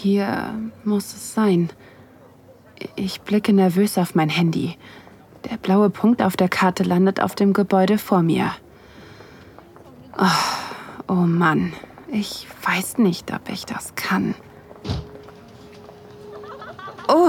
Hier muss es sein. Ich blicke nervös auf mein Handy. Der blaue Punkt auf der Karte landet auf dem Gebäude vor mir. Oh Mann, ich weiß nicht, ob ich das kann. Oh!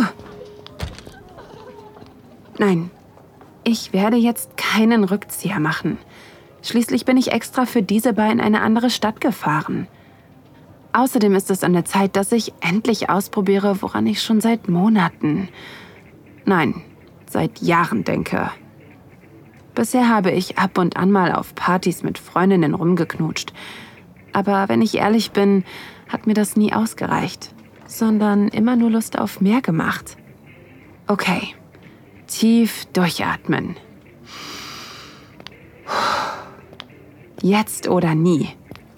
Nein, ich werde jetzt keinen Rückzieher machen. Schließlich bin ich extra für diese Bar in eine andere Stadt gefahren. Außerdem ist es an der Zeit, dass ich endlich ausprobiere, woran ich schon seit Monaten, nein, seit Jahren denke. Bisher habe ich ab und an mal auf Partys mit Freundinnen rumgeknutscht. Aber wenn ich ehrlich bin, hat mir das nie ausgereicht, sondern immer nur Lust auf mehr gemacht. Okay, tief durchatmen. Jetzt oder nie.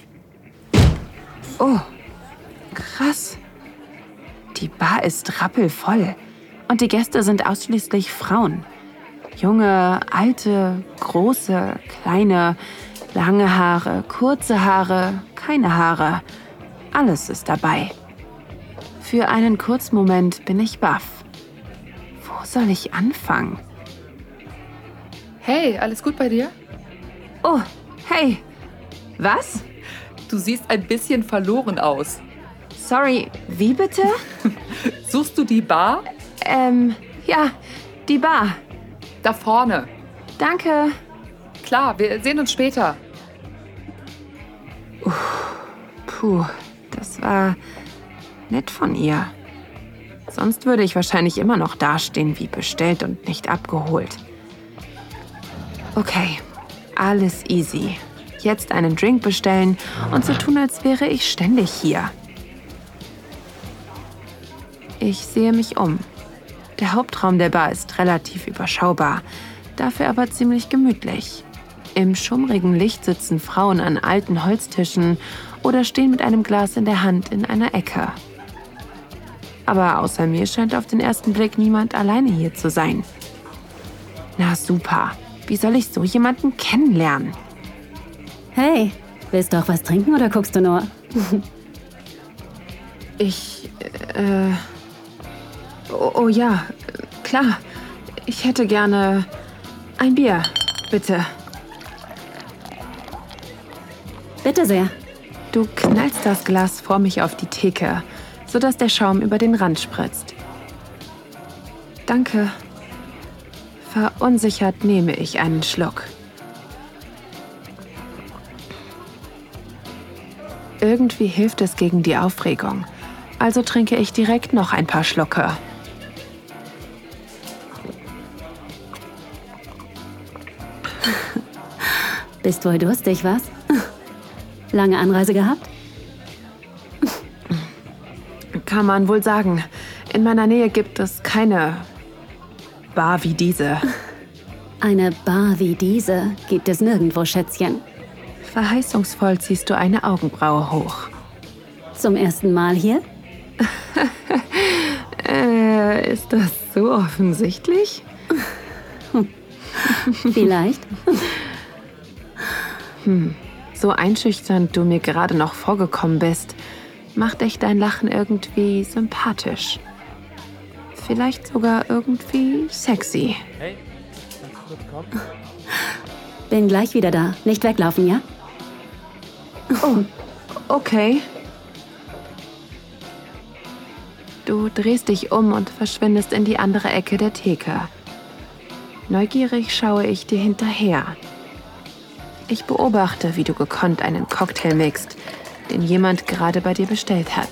Oh, krass. Die Bar ist rappelvoll und die Gäste sind ausschließlich Frauen. Junge, alte, große, kleine, lange Haare, kurze Haare, keine Haare. Alles ist dabei. Für einen Kurzmoment bin ich baff. Wo soll ich anfangen? Hey, alles gut bei dir? Oh, hey. Was? Du siehst ein bisschen verloren aus. Sorry, wie bitte? Suchst du die Bar? Ja, die Bar. Da vorne. Danke. Klar, wir sehen uns später. Puh, das war nett von ihr. Sonst würde ich wahrscheinlich immer noch dastehen wie bestellt und nicht abgeholt. Okay, alles easy. Jetzt einen Drink bestellen und so tun, als wäre ich ständig hier. Ich sehe mich um. Der Hauptraum der Bar ist relativ überschaubar, dafür aber ziemlich gemütlich. Im schummrigen Licht sitzen Frauen an alten Holztischen oder stehen mit einem Glas in der Hand in einer Ecke. Aber außer mir scheint auf den ersten Blick niemand alleine hier zu sein. Na super, wie soll ich so jemanden kennenlernen? Hey, willst du auch was trinken oder guckst du nur? Oh ja, klar. Ich hätte gerne ein Bier, bitte. Bitte sehr. Du knallst das Glas vor mich auf die Theke, sodass der Schaum über den Rand spritzt. Danke. Verunsichert nehme ich einen Schluck. Irgendwie hilft es gegen die Aufregung, also trinke ich direkt noch ein paar Schlucke. Bist wohl durstig, was? Lange Anreise gehabt? Kann man wohl sagen. In meiner Nähe gibt es keine Bar wie diese. Eine Bar wie diese gibt es nirgendwo, Schätzchen. Verheißungsvoll ziehst du eine Augenbraue hoch. Zum ersten Mal hier? Ist das so offensichtlich? Vielleicht. So einschüchternd du mir gerade noch vorgekommen bist, macht dich dein Lachen irgendwie sympathisch. Vielleicht sogar irgendwie sexy. Hey, kannst du kurz kommen? Bin gleich wieder da. Nicht weglaufen, ja? Oh, okay. Du drehst dich um und verschwindest in die andere Ecke der Theke. Neugierig schaue ich dir hinterher. Ich beobachte, wie du gekonnt einen Cocktail mixt, den jemand gerade bei dir bestellt hat.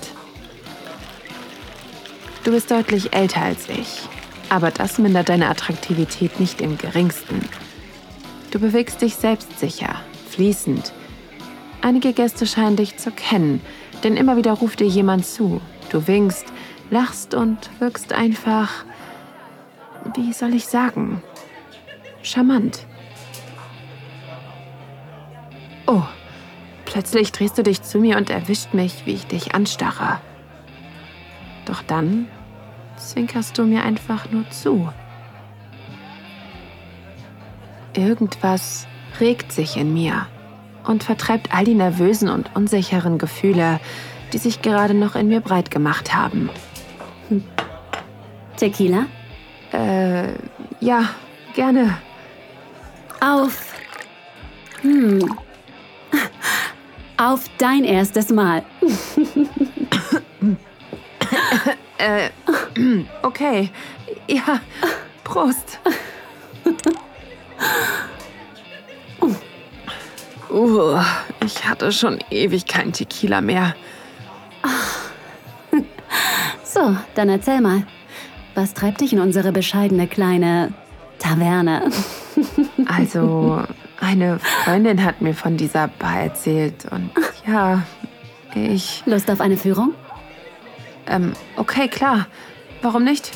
Du bist deutlich älter als ich, aber das mindert deine Attraktivität nicht im geringsten. Du bewegst dich selbstsicher, fließend. Einige Gäste scheinen dich zu kennen, denn immer wieder ruft dir jemand zu. Du winkst, lachst und wirkst einfach, wie soll ich sagen, charmant. Oh, plötzlich drehst du dich zu mir und erwischt mich, wie ich dich anstarre. Doch dann zwinkerst du mir einfach nur zu. Irgendwas regt sich in mir und vertreibt all die nervösen und unsicheren Gefühle, die sich gerade noch in mir breit gemacht haben. Tequila? Ja, gerne. Auf dein erstes Mal. Okay. Ja, Prost. Ich hatte schon ewig keinen Tequila mehr. So, dann erzähl mal. Was treibt dich in unsere bescheidene kleine Taverne? Also, eine Freundin hat mir von dieser Bar erzählt und ja, ich... Lust auf eine Führung? Okay, klar. Warum nicht?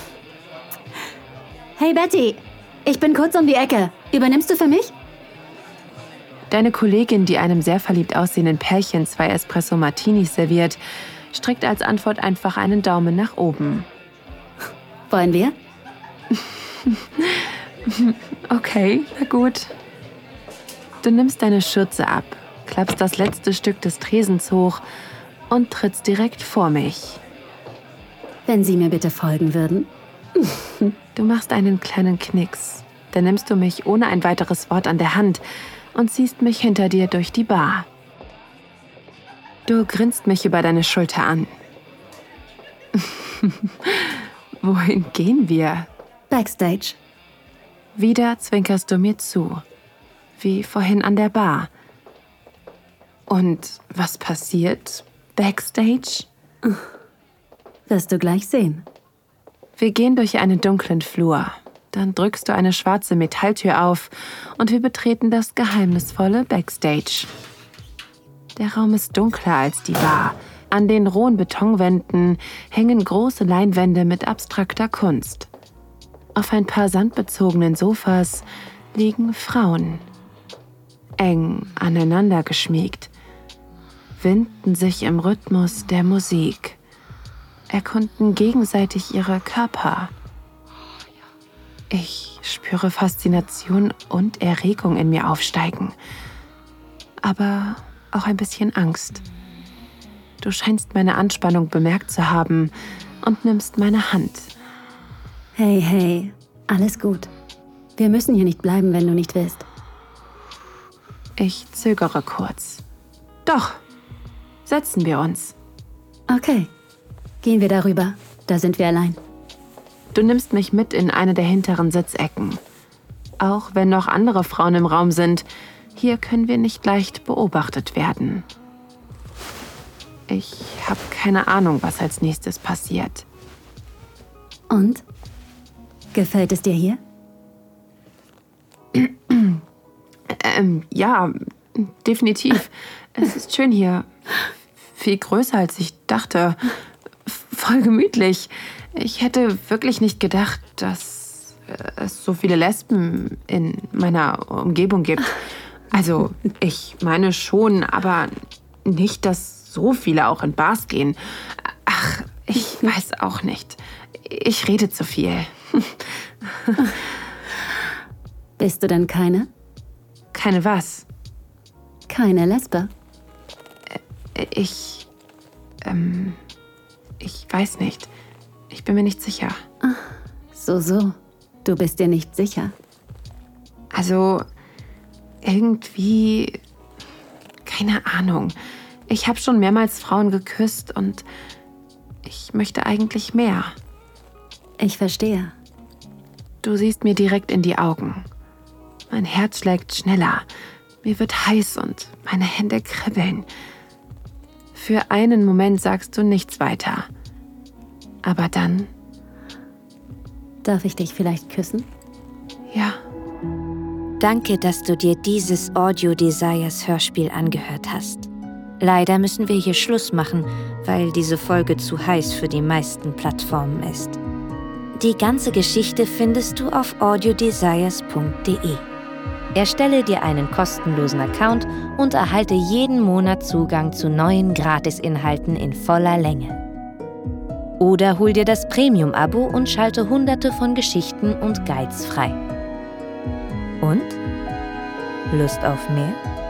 Hey Betty, ich bin kurz um die Ecke. Übernimmst du für mich? Deine Kollegin, die einem sehr verliebt aussehenden Pärchen 2 Espresso Martinis serviert, streckt als Antwort einfach einen Daumen nach oben. Wollen wir? Okay, na gut. Du nimmst deine Schürze ab, klappst das letzte Stück des Tresens hoch und trittst direkt vor mich. Wenn Sie mir bitte folgen würden. Du machst einen kleinen Knicks. Dann nimmst du mich ohne ein weiteres Wort an der Hand und ziehst mich hinter dir durch die Bar. Du grinst mich über deine Schulter an. Wohin gehen wir? Backstage. Wieder zwinkerst du mir zu, wie vorhin an der Bar. Und was passiert backstage? Wirst du gleich sehen. Wir gehen durch einen dunklen Flur. Dann drückst du eine schwarze Metalltür auf und wir betreten das geheimnisvolle Backstage. Der Raum ist dunkler als die Bar. An den rohen Betonwänden hängen große Leinwände mit abstrakter Kunst. Auf ein paar sandbezogenen Sofas liegen Frauen. Eng aneinander geschmiegt, winden sich im Rhythmus der Musik, erkunden gegenseitig ihre Körper. Ich spüre Faszination und Erregung in mir aufsteigen, aber auch ein bisschen Angst. Du scheinst meine Anspannung bemerkt zu haben und nimmst meine Hand. Hey, alles gut. Wir müssen hier nicht bleiben, wenn du nicht willst. Ich zögere kurz. Doch, setzen wir uns. Okay, gehen wir darüber. Da sind wir allein. Du nimmst mich mit in eine der hinteren Sitzecken. Auch wenn noch andere Frauen im Raum sind, hier können wir nicht leicht beobachtet werden. Ich habe keine Ahnung, was als nächstes passiert. Und? Gefällt es dir hier? Ja, definitiv. Es ist schön hier. Viel größer, als ich dachte. Voll gemütlich. Ich hätte wirklich nicht gedacht, dass es so viele Lesben in meiner Umgebung gibt. Also, ich meine schon, aber nicht, dass so viele auch in Bars gehen. Ach, ich weiß auch nicht. Ich rede zu viel. Bist du denn keine? Keine was? Keine Lesbe? Ich weiß nicht. Ich bin mir nicht sicher. So. Du bist dir nicht sicher. Also, irgendwie... Keine Ahnung. Ich habe schon mehrmals Frauen geküsst und ich möchte eigentlich mehr. Ich verstehe. Du siehst mir direkt in die Augen. Mein Herz schlägt schneller. Mir wird heiß und meine Hände kribbeln. Für einen Moment sagst du nichts weiter. Aber dann... Darf ich dich vielleicht küssen? Ja. Danke, dass du dir dieses Audio Desires Hörspiel angehört hast. Leider müssen wir hier Schluss machen, weil diese Folge zu heiß für die meisten Plattformen ist. Die ganze Geschichte findest du auf audiodesires.de. Erstelle dir einen kostenlosen Account und erhalte jeden Monat Zugang zu neuen Gratisinhalten in voller Länge. Oder hol dir das Premium-Abo und schalte Hunderte von Geschichten und Guides frei. Und? Lust auf mehr?